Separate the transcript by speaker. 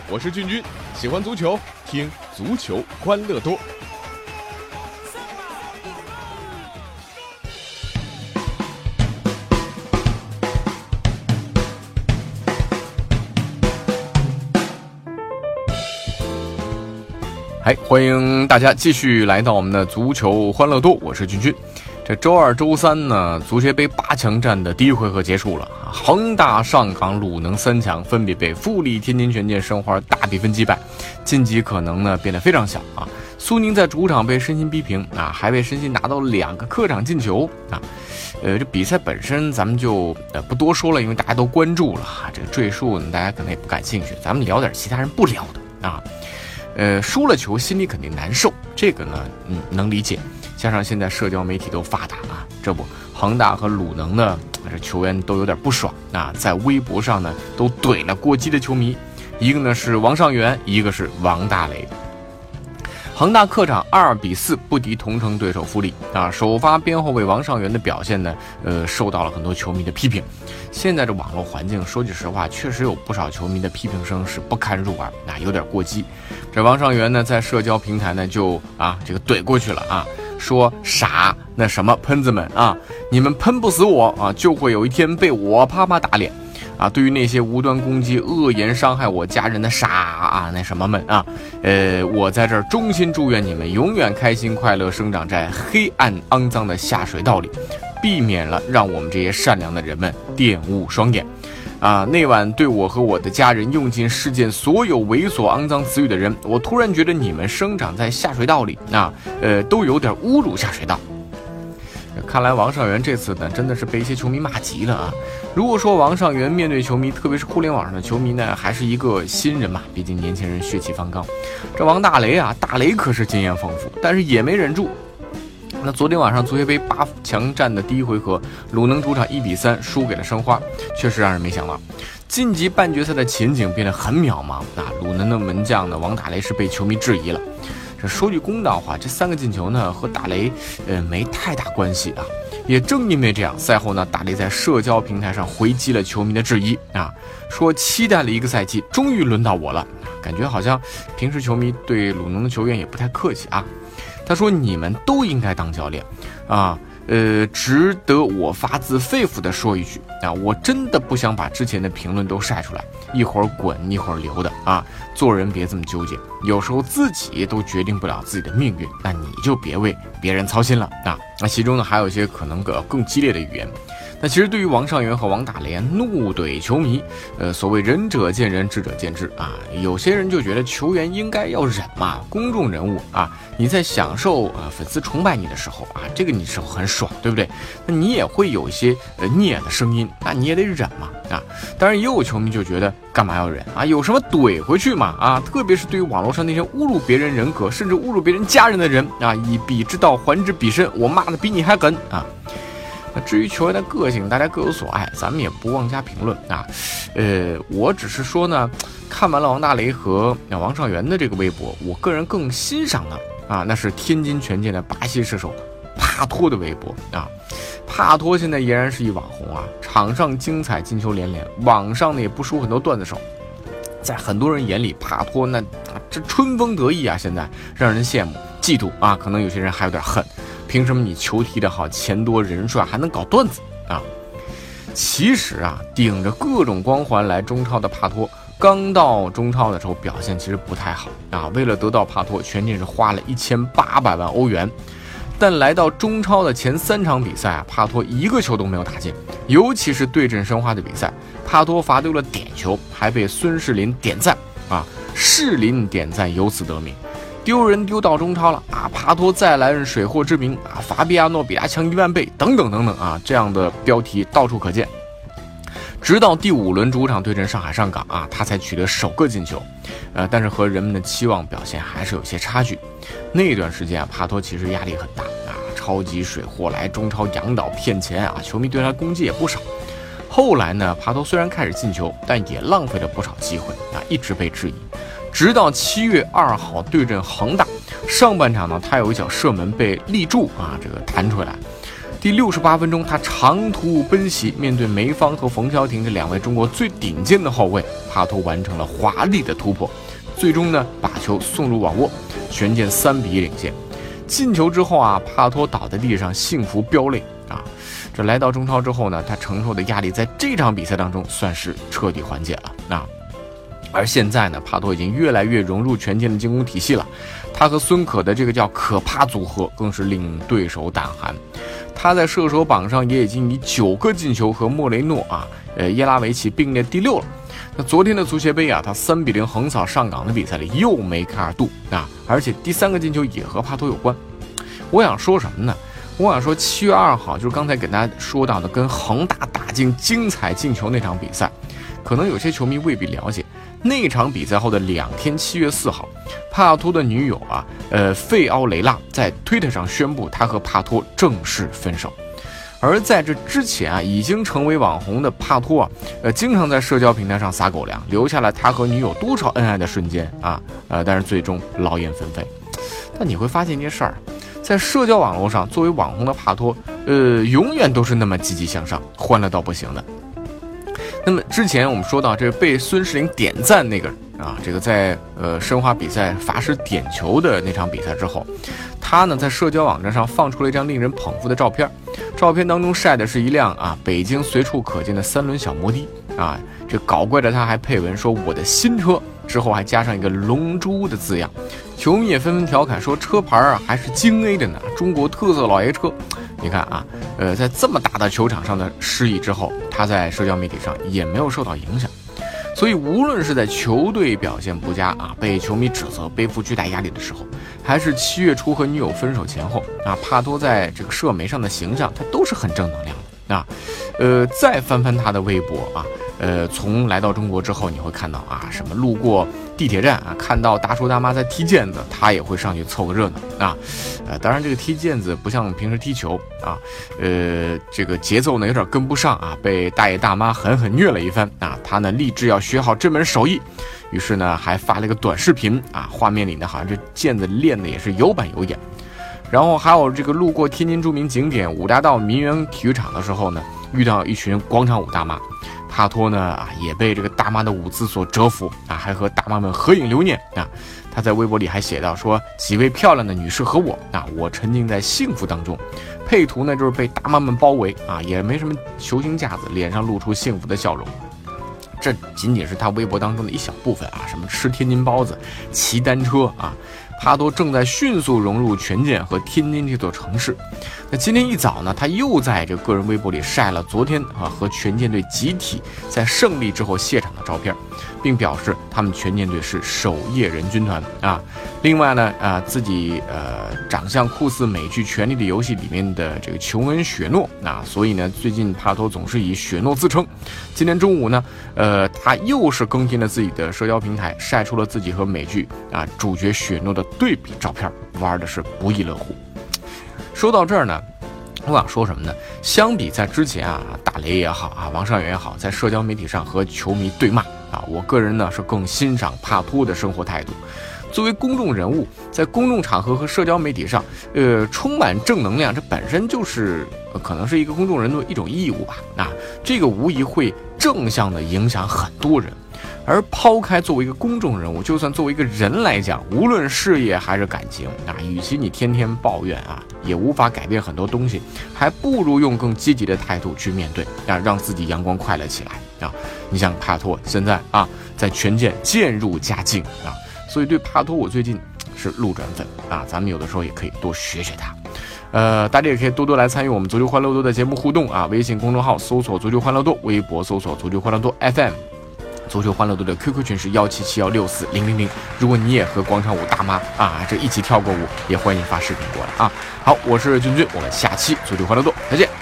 Speaker 1: 我是俊君，喜欢足球，听足球欢乐多。欢迎大家继续来到我们的足球欢乐多，我是君君。这周二、周三呢，足协杯8强战的第一回合结束了，恒大、上港、鲁能3强分别被富力、天津权健、申花大比分击败，晋级可能呢变得非常小啊。苏宁在主场被申鑫逼平啊，还被申鑫拿到2个客场进球啊。这比赛本身咱们就不多说了，因为大家都关注了啊。这个赘述呢，大家可能也不感兴趣，咱们聊点其他人不聊的啊。输了球心里肯定难受，这个呢能理解，加上现在社交媒体都发达啊，这不恒大和鲁能呢这球员都有点不爽啊，在微博上呢都怼了过激的球迷，一个呢是王上源，一个是王大雷。恒大客场2-4不敌同城对手富力啊，首发边后卫王上源的表现呢受到了很多球迷的批评。现在这网络环境说句实话，确实有不少球迷的批评声是不堪入耳，有点过激。这王上源呢在社交平台呢就这个怼过去了啊，说傻那什么喷子们啊，你们喷不死我啊，就会有一天被我啪啪打脸啊！对于那些无端攻击、恶言伤害我家人的傻那什么们啊，我在这儿衷心祝愿你们永远开心快乐，生长在黑暗肮脏的下水道里，避免了让我们这些善良的人们玷污双眼。那晚对我和我的家人用尽世间所有猥琐肮脏词语的人，我突然觉得你们生长在下水道里都有点侮辱下水道。看来王上源这次呢真的是被一些球迷骂急了啊！如果说王上源面对球迷，特别是互联网上的球迷呢，还是一个新人嘛，毕竟年轻人血气方刚。这王大雷大雷可是经验丰富，但是也没忍住。那昨天晚上足协杯8强战的第一回合，鲁能主场1-3输给了申花，确实让人没想到。晋级半决赛的前景变得很渺茫鲁能的门将呢王大雷是被球迷质疑了。这说句公道话，这3个进球呢和大雷没太大关系啊。也正因为这样，赛后呢大雷在社交平台上回击了球迷的质疑说期待了1个赛季，终于轮到我了感觉好像平时球迷对鲁能的球员也不太客气啊。他说你们都应该当教练值得我发自肺腑的说一句我真的不想把之前的评论都晒出来，一会儿滚一会儿流的做人别这么纠结，有时候自己都决定不了自己的命运，那你就别为别人操心了那其中呢还有一些可能更激烈的语言。那其实对于王上源和王大雷怒怼球迷，所谓仁者见仁，智者见智有些人就觉得球员应该要忍嘛，公众人物你在享受粉丝崇拜你的时候这个你是很爽，对不对？那你也会有一些逆的声音，那你也得忍嘛当然也有球迷就觉得干嘛要忍有什么怼回去嘛特别是对于网络上那些侮辱别人人格甚至侮辱别人家人的人以彼之道还之彼身，我骂的比你还狠至于球员的个性，大家各有所爱，咱们也不妄加评论我只是说呢，看完了王大雷和王上源的这个微博，我个人更欣赏的那是天津权健的巴西射手帕托的微博帕托现在依然是一网红场上精彩，进球连连，网上呢也不输很多段子手。在很多人眼里，帕托那这春风得意现在让人羡慕嫉妒可能有些人还有点恨。凭什么你球踢得好，钱多人帅，还能搞段子其实顶着各种光环来中超的帕托，刚到中超的时候表现其实不太好为了得到帕托，权健是花了1800万欧元。但来到中超的前3场比赛帕托1个球都没有打进，尤其是对阵申花的比赛，帕托罚丢了点球，还被孙世林点赞世林点赞由此得名。丢人丢到中超了帕托再来人水货之名法比亚诺比他强1万倍等等等等这样的标题到处可见。直到第5轮主场对阵上海上港他才取得首个进球但是和人们的期望表现还是有些差距。那段时间帕托其实压力很大超级水货来中超养老骗钱球迷对他攻击也不少。后来呢，帕托虽然开始进球，但也浪费了不少机会一直被质疑。直到7月2号对阵恒大，上半场呢，他有一脚射门被立柱这个弹出来。 第68分钟，他长途奔袭，面对梅芳和冯潇霆这2位中国最顶尖的后卫，帕托完成了华丽的突破，最终呢把球送入网窝，权健3-1领先。进球之后啊，帕托倒在地上幸福飙泪啊！这来到中超之后呢，他承受的压力在这场比赛当中算是彻底缓解了啊。而现在呢，帕托已经越来越融入权健的进攻体系了。他和孙可的这个叫可怕组合，更是令对手胆寒。他在射手榜上也已经以9个进球和莫雷诺耶拉维奇并列第6了。那昨天的足协杯啊，他3-0横扫上港的比赛里又梅开二度啊，而且第3个进球也和帕托有关。我想说什么呢？我想说7月2号就是刚才给大家说到的跟恒大打进精彩进球那场比赛，可能有些球迷未必了解。那场比赛后的2天，7月4号，帕托的女友费奥雷拉在推特上宣布她和帕托正式分手。而在这之前啊，已经成为网红的帕托经常在社交平台上撒狗粮，留下了他和女友多少恩爱的瞬间啊，但是最终劳燕分飞。但你会发现一件事儿，在社交网络上，作为网红的帕托，永远都是那么积极向上，欢乐到不行的。那么之前我们说到这被孙世林点赞那个这个在申花比赛罚失点球的那场比赛之后，他呢在社交网站上放出了一张令人捧腹的照片，照片当中晒的是一辆北京随处可见的3轮小摩的这搞怪的他还配文说我的新车，之后还加上一个龙珠的字样，球迷也纷纷调侃说车牌还是京 A 的呢，中国特色老爷车。你看在这么大的球场上的失意之后，他在社交媒体上也没有受到影响。所以无论是在球队表现不佳被球迷指责背负巨大压力的时候，还是7月初和女友分手前后帕托在这个社媒上的形象他都是很正能量的再翻翻他的微博从来到中国之后，你会看到什么路过地铁站看到大叔大妈在踢毽子，他也会上去凑个热闹当然这个踢毽子不像平时踢球这个节奏呢有点跟不上被大爷大妈狠狠虐了一番他呢立志要学好这门手艺，于是呢还发了一个短视频画面里呢好像这毽子练的也是有板有眼。然后还有这个路过天津著名景点五大道民园体育场的时候呢，遇到一群广场舞大妈，帕托呢也被这个大妈的舞姿所折服还和大妈们合影留念他在微博里还写到说，几位漂亮的女士和我我沉浸在幸福当中。配图呢就是被大妈们包围也没什么球星架子，脸上露出幸福的笑容。这仅仅是他微博当中的一小部分什么吃天津包子、骑单车帕托正在迅速融入权健和天津这座城市。那今天一早呢，他又在这个个人微博里晒了昨天和权健队集体在胜利之后谢场的照片，并表示他们权健队是守夜人军团另外呢自己长相酷似美剧《权力的游戏》里面的这个琼恩·雪诺所以呢最近帕托总是以雪诺自称。今天中午呢他又是更新了自己的社交平台，晒出了自己和美剧主角雪诺的对比照片，玩的是不亦乐乎。说到这儿呢，我想说什么呢？相比在之前大雷也好王上元也好，在社交媒体上和球迷对骂我个人呢是更欣赏帕托的生活态度。作为公众人物，在公众场合和社交媒体上充满正能量，这本身就是可能是一个公众人物的一种义务吧这个无疑会正向的影响很多人。而抛开作为一个公众人物，就算作为一个人来讲，无论事业还是感情与其你天天抱怨也无法改变很多东西，还不如用更积极的态度去面对让自己阳光快乐起来你像帕托现在在权健渐入佳境所以对帕托我最近是路转粉咱们有的时候也可以多学学他大家也可以多多来参与我们足球欢乐多的节目互动微信公众号搜索足球欢乐多，微博搜索足球欢乐多 FM，足球欢乐多的 QQ 群是177164000。如果你也和广场舞大妈这一起跳过舞，也欢迎发视频过来好，我是君君，我们下期足球欢乐多再见。